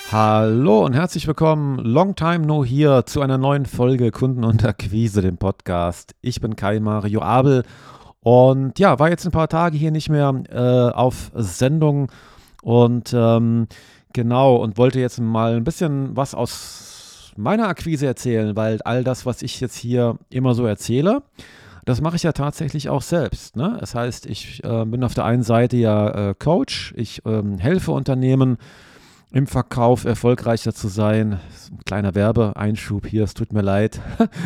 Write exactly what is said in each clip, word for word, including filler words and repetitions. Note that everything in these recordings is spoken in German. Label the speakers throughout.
Speaker 1: Hallo und herzlich willkommen, long time no here, zu einer neuen Folge Kunden und Akquise, dem Podcast. Ich bin Kai Mario Abel und ja, war jetzt ein paar Tage hier nicht mehr äh, auf Sendung und ähm, genau und wollte jetzt mal ein bisschen was aus meiner Akquise erzählen, weil all das, was ich jetzt hier immer so erzähle, das mache ich ja tatsächlich auch selbst. Ne? Das heißt, ich äh, bin auf der einen Seite ja äh, Coach, ich ähm, helfe Unternehmen im Verkauf erfolgreicher zu sein. Ein kleiner Werbeeinschub hier, es tut mir leid.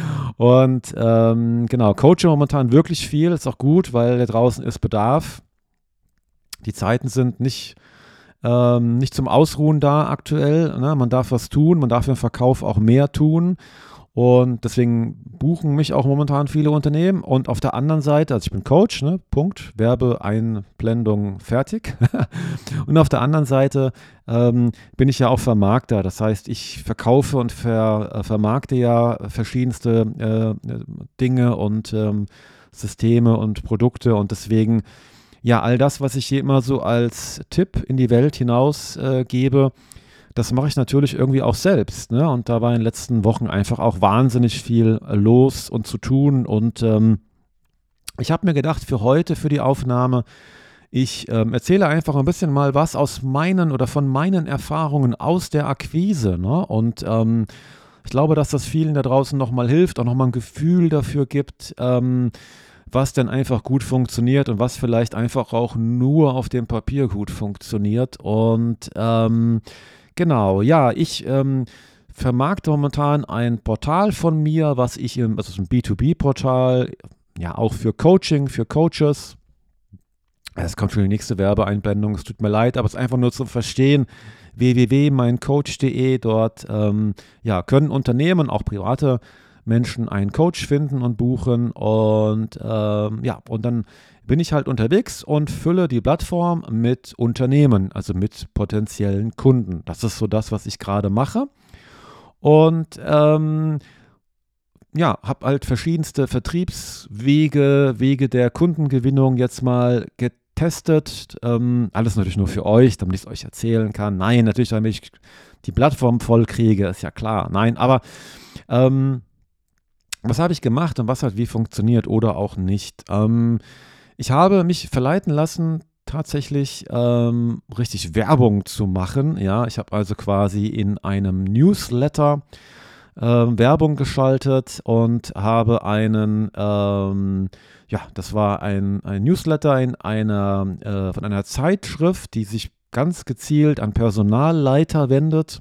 Speaker 1: Und ähm, genau, coache momentan wirklich viel, ist auch gut, weil da draußen ist Bedarf. Die Zeiten sind nicht, ähm, nicht zum Ausruhen da aktuell. Ne? Man darf was tun, man darf im Verkauf auch mehr tun. Und deswegen buchen mich auch momentan viele Unternehmen. Und auf der anderen Seite, also ich bin Coach, ne, Punkt, Werbeeinblendung, fertig. Und auf der anderen Seite ähm, bin ich ja auch Vermarkter. Das heißt, ich verkaufe und ver, äh, vermarkte ja verschiedenste äh, Dinge und ähm, Systeme und Produkte. Und deswegen, ja, all das, was ich hier immer so als Tipp in die Welt hinaus äh, gebe, das mache ich natürlich irgendwie auch selbst. Ne? Und da war in den letzten Wochen einfach auch wahnsinnig viel los und zu tun. Und ähm, ich habe mir gedacht, für heute, für die Aufnahme, ich ähm, erzähle einfach ein bisschen mal was aus meinen oder von meinen Erfahrungen aus der Akquise. Ne? Und ähm, ich glaube, dass das vielen da draußen nochmal hilft, auch nochmal ein Gefühl dafür gibt, ähm, was denn einfach gut funktioniert und was vielleicht einfach auch nur auf dem Papier gut funktioniert. Und ähm, Genau, ja, ich ähm, vermarkte momentan ein Portal von mir, was ich, im, also ein B zwei B-Portal, ja auch für Coaching, für Coaches. Es kommt schon die nächste Werbeeinblendung, es tut mir leid, aber es ist einfach nur zu verstehen, w w w punkt mein coach punkt de, dort ähm, ja, können Unternehmen, auch private Menschen einen Coach finden und buchen und ähm, ja, und dann bin ich halt unterwegs und fülle die Plattform mit Unternehmen, also mit potenziellen Kunden. Das ist so das, was ich gerade mache. Und ähm, ja, habe halt verschiedenste Vertriebswege, Wege der Kundengewinnung jetzt mal getestet. Ähm, alles natürlich nur für euch, damit ich es euch erzählen kann. Nein, natürlich, damit ich die Plattform voll kriege, ist ja klar. Nein, aber ähm, was habe ich gemacht und was hat wie funktioniert oder auch nicht? Ähm, Ich habe mich verleiten lassen, tatsächlich ähm, richtig Werbung zu machen. Ja, ich habe also quasi in einem Newsletter ähm, Werbung geschaltet und habe einen, ähm, ja, das war ein, ein Newsletter in einer, äh, von einer Zeitschrift, die sich ganz gezielt an Personalleiter wendet.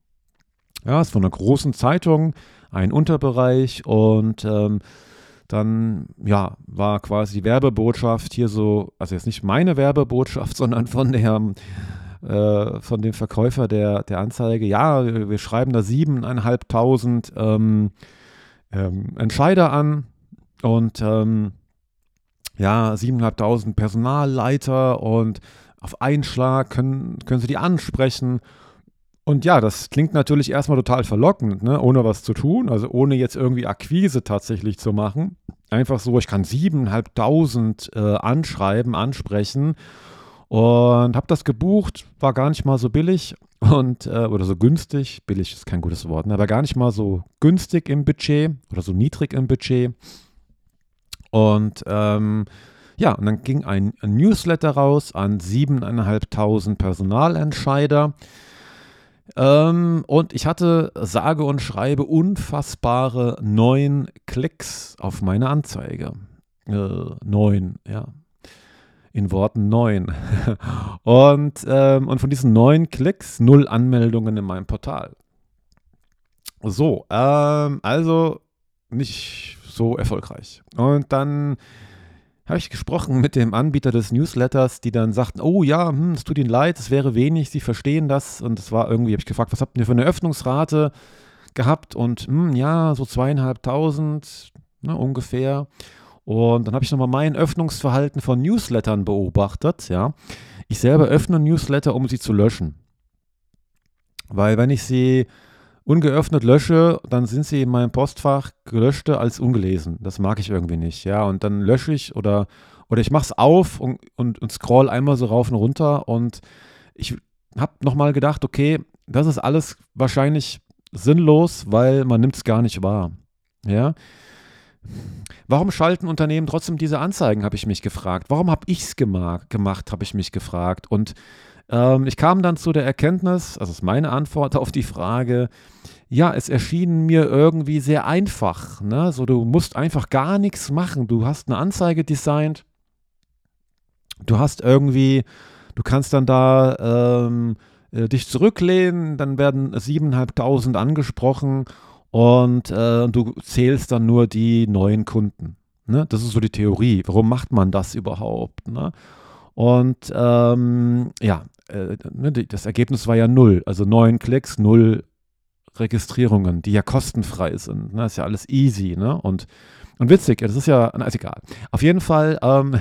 Speaker 1: Ja, es ist von einer großen Zeitung, ein Unterbereich und ähm, dann, ja, war quasi die Werbebotschaft hier so, also jetzt nicht meine Werbebotschaft, sondern von der, äh, von dem Verkäufer der, der Anzeige. Ja, wir, wir schreiben da siebeneinhalbtausend ähm, ähm, Entscheider an und ähm, ja, siebeneinhalbtausend Personalleiter und auf einen Schlag können, können Sie die ansprechen. Und ja, das klingt natürlich erstmal total verlockend, ne? Ohne was zu tun, also ohne jetzt irgendwie Akquise tatsächlich zu machen. Einfach so, ich kann siebeneinhalbtausend äh, anschreiben, ansprechen und habe das gebucht, war gar nicht mal so billig und äh, oder so günstig, billig ist kein gutes Wort, ne? Aber gar nicht mal so günstig im Budget oder so niedrig im Budget. Und ähm, ja, und dann ging ein, ein Newsletter raus an siebeneinhalbtausend Personalentscheider. Ähm, und ich hatte sage und schreibe unfassbare neun Klicks auf meine Anzeige. Äh, neun, ja. In Worten neun. und, ähm, und von diesen neun Klicks null Anmeldungen in meinem Portal. So, ähm, also nicht so erfolgreich. Und dann habe ich gesprochen mit dem Anbieter des Newsletters, die dann sagten, oh ja, hm, es tut Ihnen leid, es wäre wenig, Sie verstehen das. Und es war irgendwie, habe ich gefragt, was habt ihr für eine Öffnungsrate gehabt? Und hm, ja, so zweieinhalbtausend, ne, ungefähr. Und dann habe ich nochmal mein Öffnungsverhalten von Newslettern beobachtet. Ja. Ich selber öffne Newsletter, um sie zu löschen. Weil wenn ich sie ungeöffnet lösche, dann sind sie in meinem Postfach gelöschte als ungelesen. Das mag ich irgendwie nicht, ja. Und dann lösche ich oder, oder ich mache es auf und, und, und scroll einmal so rauf und runter und ich habe nochmal gedacht, okay, das ist alles wahrscheinlich sinnlos, weil man nimmt es gar nicht wahr. Ja? Warum schalten Unternehmen trotzdem diese Anzeigen, habe ich mich gefragt. Warum habe ich es gemacht, habe ich mich gefragt. Und ähm, ich kam dann zu der Erkenntnis, also ist meine Antwort auf die Frage, ja, es erschien mir irgendwie sehr einfach. Ne? So, du musst einfach gar nichts machen. Du hast eine Anzeige designt, du hast irgendwie, du kannst dann da ähm, äh, dich zurücklehnen, dann werden siebentausendfünfhundert angesprochen und äh, du zählst dann nur die neuen Kunden. Ne? Das ist so die Theorie. Warum macht man das überhaupt? Ne? Und ähm, ja, äh, ne, die, das Ergebnis war ja null. Also neun Klicks, null Registrierungen, die ja kostenfrei sind. Ne? Das ist ja alles easy. Ne? Und, und witzig, das ist ja, na, ist egal. Auf jeden Fall, ähm,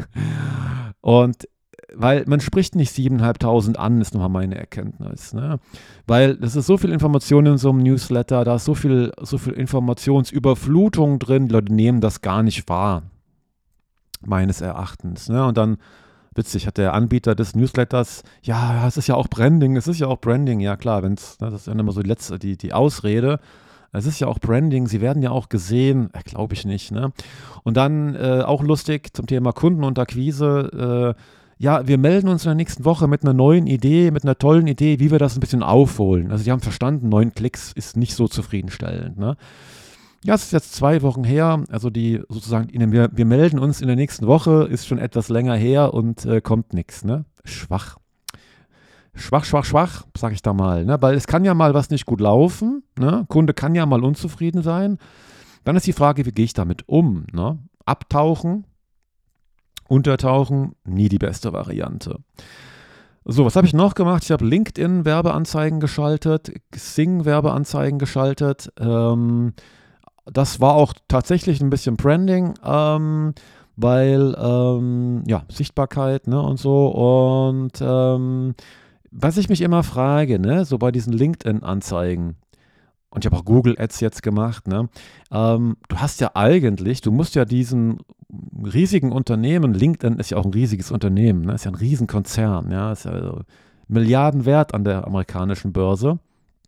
Speaker 1: und weil man spricht nicht siebentausendfünfhundert an, ist nochmal meine Erkenntnis. Ne? Weil es ist so viel Information in so einem Newsletter, da ist so viel, so viel Informationsüberflutung drin, die Leute nehmen das gar nicht wahr, meines Erachtens. Ne? Und dann, witzig, hat der Anbieter des Newsletters, ja, es ist ja auch Branding, es ist ja auch Branding, ja klar, wenn's, ne, das ist ja immer so die letzte, die, die Ausrede, es ist ja auch Branding, sie werden ja auch gesehen, äh, glaube ich nicht. Ne? Und dann äh, auch lustig zum Thema Kunden und Akquise, äh, ja, wir melden uns in der nächsten Woche mit einer neuen Idee, mit einer tollen Idee, wie wir das ein bisschen aufholen. Also die haben verstanden, neun Klicks ist nicht so zufriedenstellend. Ne? Ja, es ist jetzt zwei Wochen her, also die sozusagen, wir, wir melden uns in der nächsten Woche, ist schon etwas länger her und äh, kommt nichts. Ne? Schwach. Schwach, schwach, schwach, sag ich da mal. Ne? Weil es kann ja mal was nicht gut laufen. Ne? Kunde kann ja mal unzufrieden sein. Dann ist die Frage, wie gehe ich damit um? Ne? Abtauchen, untertauchen, nie die beste Variante. So, was habe ich noch gemacht? Ich habe LinkedIn-Werbeanzeigen geschaltet, Xing-Werbeanzeigen geschaltet. Ähm, das war auch tatsächlich ein bisschen Branding, ähm, weil, ähm, ja, Sichtbarkeit, ne, und so. Und ähm, was ich mich immer frage, ne, so bei diesen LinkedIn-Anzeigen, und ich habe auch Google Ads jetzt gemacht, ne, ähm, du hast ja eigentlich, du musst ja diesen riesigen Unternehmen, LinkedIn ist ja auch ein riesiges Unternehmen, ne, ist ja ein Riesenkonzern, ja, ist ja also Milliarden wert an der amerikanischen Börse.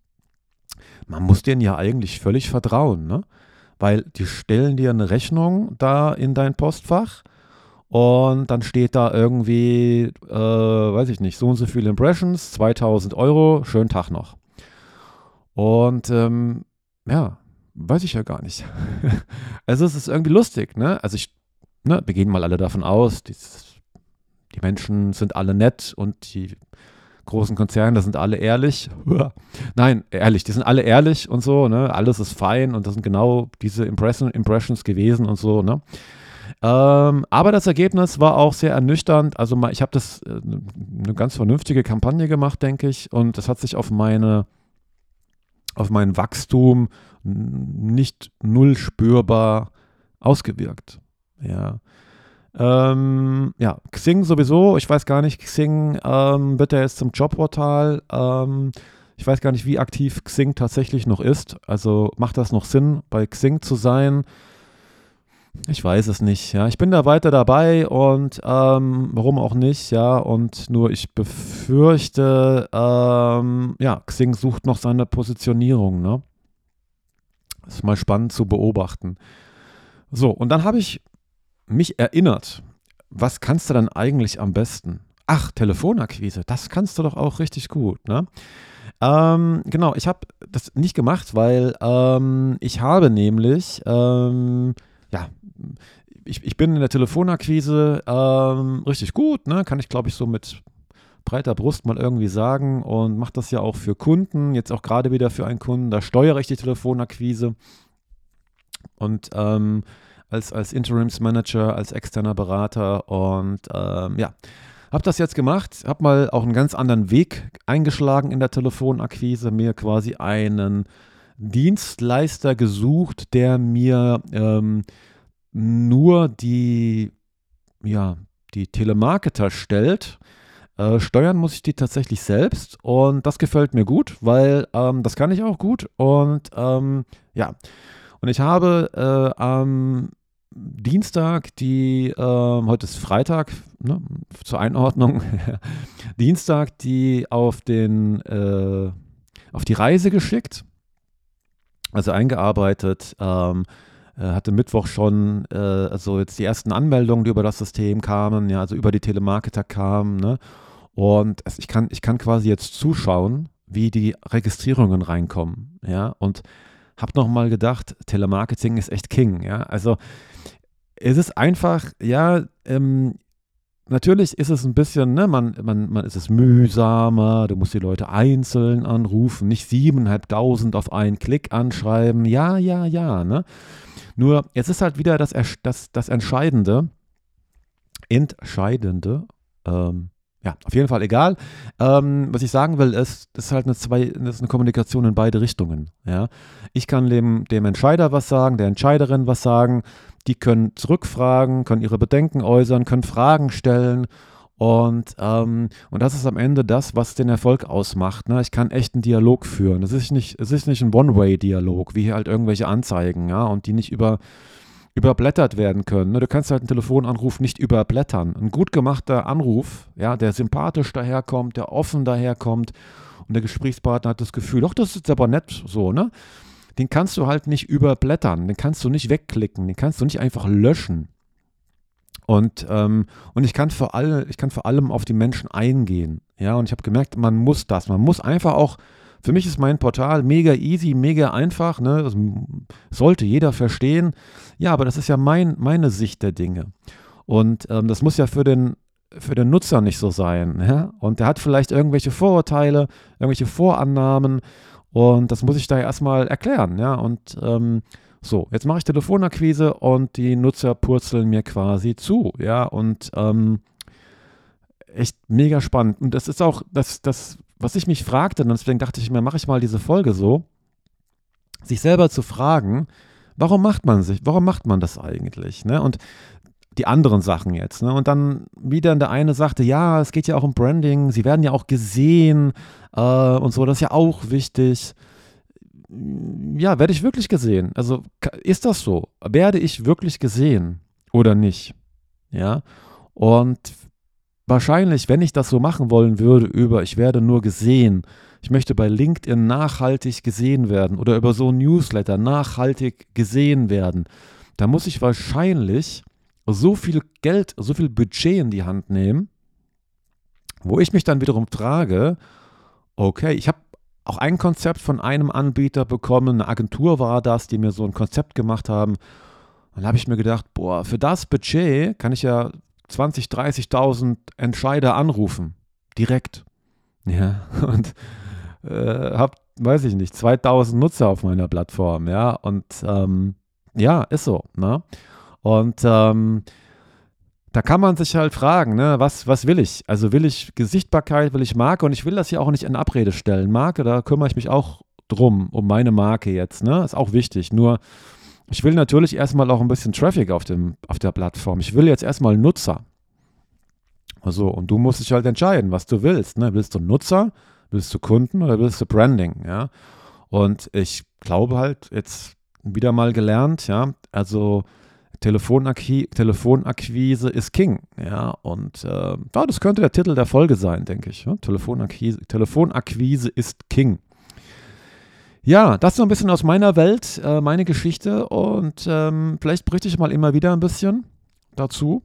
Speaker 1: Man muss denen ja eigentlich völlig vertrauen, ne? Weil die stellen dir eine Rechnung da in dein Postfach und dann steht da irgendwie, äh, weiß ich nicht, so und so viele Impressions, zweitausend Euro, schönen Tag noch. Und ähm, ja, weiß ich ja gar nicht. Also es ist irgendwie lustig, ne? Also ich, ne, wir gehen mal alle davon aus, die, die Menschen sind alle nett und die großen Konzerne sind alle ehrlich. Nein, ehrlich, die sind alle ehrlich und so, ne? Alles ist fein und das sind genau diese Impression, Impressions gewesen und so, ne? Ähm, aber das Ergebnis war auch sehr ernüchternd. Also mal, ich habe das äh, eine ganz vernünftige Kampagne gemacht, denke ich, und das hat sich auf meine auf mein Wachstum nicht null spürbar ausgewirkt. Ja. Ähm, ja, Xing sowieso, ich weiß gar nicht, Xing ähm, wird ja jetzt zum Jobportal. Ähm, ich weiß gar nicht, wie aktiv Xing tatsächlich noch ist. Also macht das noch Sinn, bei Xing zu sein? Ich weiß es nicht, ja. Ich bin da weiter dabei und ähm, warum auch nicht, ja. Und nur ich befürchte, ähm, ja, Xing sucht noch seine Positionierung, ne? Das ist mal spannend zu beobachten. So, und dann habe ich mich erinnert, was kannst du dann eigentlich am besten? Ach, Telefonakquise, das kannst du doch auch richtig gut, ne? Ähm, genau, ich habe das nicht gemacht, weil ähm, ich habe nämlich, ähm, ja, ich, ich bin in der Telefonakquise ähm, richtig gut, ne? Kann ich, glaube ich, so mit breiter Brust mal irgendwie sagen und mache das ja auch für Kunden, jetzt auch gerade wieder für einen Kunden, da steuere ich die Telefonakquise und ähm, als, als Interimsmanager, als externer Berater und ähm, ja, habe das jetzt gemacht, habe mal auch einen ganz anderen Weg eingeschlagen in der Telefonakquise, mir quasi einen Dienstleister gesucht, der mir ähm, nur die, ja, die Telemarketer stellt. Äh, steuern muss ich die tatsächlich selbst und das gefällt mir gut, weil ähm, das kann ich auch gut und ähm, ja, und ich habe äh, am Dienstag die, ähm, heute ist Freitag, ne, zur Einordnung, Dienstag die auf den, äh, auf die Reise geschickt, also eingearbeitet, ähm, äh, hatte Mittwoch schon, äh, also jetzt die ersten Anmeldungen, die über das System kamen, ja, also über die Telemarketer kamen, ne, und es, ich kann, ich kann quasi jetzt zuschauen, wie die Registrierungen reinkommen, ja, und habe nochmal gedacht, Telemarketing ist echt King, ja, also es ist einfach, ja, ähm, natürlich ist es ein bisschen, ne, man, man, man ist es mühsamer, du musst die Leute einzeln anrufen, nicht siebeneinhalbtausend auf einen Klick anschreiben, ja, ja, ja, ne. Nur, jetzt ist halt wieder das, Ersch- das, das Entscheidende, Entscheidende, ähm, ja, auf jeden Fall egal. Ähm, was ich sagen will, ist, das ist halt eine, zwei, das ist eine Kommunikation in beide Richtungen, ja. Ich kann dem, dem Entscheider was sagen, der Entscheiderin was sagen, die können zurückfragen, können ihre Bedenken äußern, können Fragen stellen und, ähm, und das ist am Ende das, was den Erfolg ausmacht, ne? Ich kann echt einen Dialog führen. Es ist nicht, es ist nicht ein One-Way-Dialog, wie hier halt irgendwelche Anzeigen, ja, und die nicht über, überblättert werden können, ne? Du kannst halt einen Telefonanruf nicht überblättern. Ein gut gemachter Anruf, ja, der sympathisch daherkommt, der offen daherkommt und der Gesprächspartner hat das Gefühl, ach, das ist aber nett so, ne? Den kannst du halt nicht überblättern, den kannst du nicht wegklicken, den kannst du nicht einfach löschen. Und, ähm, und ich kann vor allem, ich kann vor allem auf die Menschen eingehen. Ja, und ich habe gemerkt, man muss das. Man muss einfach auch, für mich ist mein Portal mega easy, mega einfach, ne? Das sollte jeder verstehen. Ja, aber das ist ja mein, meine Sicht der Dinge. Und ähm, das muss ja für den, für den Nutzer nicht so sein. Ja? Und der hat vielleicht irgendwelche Vorurteile, irgendwelche Vorannahmen. Und das muss ich da erstmal erklären, ja. Und ähm, so, jetzt mache ich Telefonakquise und die Nutzer purzeln mir quasi zu, ja. Und ähm, echt mega spannend. Und das ist auch das, das, was ich mich fragte, und deswegen dachte ich mir, mache ich mal diese Folge so, sich selber zu fragen, warum macht man sich, warum macht man das eigentlich, ne? Und die anderen Sachen jetzt, ne? Und dann wieder der eine sagte, ja, es geht ja auch um Branding, sie werden ja auch gesehen äh, und so, das ist ja auch wichtig. Ja, werde ich wirklich gesehen? Also ist das so? Werde ich wirklich gesehen oder nicht? Ja, und wahrscheinlich, wenn ich das so machen wollen würde, über ich werde nur gesehen, ich möchte bei LinkedIn nachhaltig gesehen werden oder über so ein Newsletter nachhaltig gesehen werden, da muss ich wahrscheinlich so viel Geld, so viel Budget in die Hand nehmen, wo ich mich dann wiederum frage, okay, ich habe auch ein Konzept von einem Anbieter bekommen, eine Agentur war das, die mir so ein Konzept gemacht haben. Dann habe ich mir gedacht, boah, für das Budget kann ich ja zwanzigtausend, dreißigtausend Entscheider anrufen, direkt. Ja, und äh, habe, weiß ich nicht, zweitausend Nutzer auf meiner Plattform, ja, und ähm, ja, ist so, ne? Und ähm, da kann man sich halt fragen, ne, was, was will ich? Also will ich Sichtbarkeit, will ich Marke? Und ich will das hier auch nicht in Abrede stellen. Marke, da kümmere ich mich auch drum, um meine Marke jetzt, ne? Ist auch wichtig. Nur, ich will natürlich erstmal auch ein bisschen Traffic auf, dem, auf der Plattform. Ich will jetzt erstmal Nutzer. Also, und du musst dich halt entscheiden, was du willst, ne? Willst du Nutzer, willst du Kunden oder willst du Branding, ja? Und ich glaube halt, jetzt wieder mal gelernt, ja, also Telefonakquise, Telefonakquise ist King, ja, und äh, ja, das könnte der Titel der Folge sein, denke ich. Ja? Telefonakquise, Telefonakquise ist King. Ja, das ist so ein bisschen aus meiner Welt, äh, meine Geschichte und ähm, vielleicht berichte ich mal immer wieder ein bisschen dazu.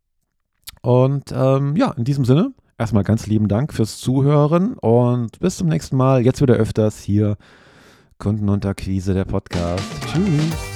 Speaker 1: Und ähm, ja, in diesem Sinne, erstmal ganz lieben Dank fürs Zuhören und bis zum nächsten Mal. Jetzt wieder öfters hier Kunden und Akquise, der Podcast. Tschüss.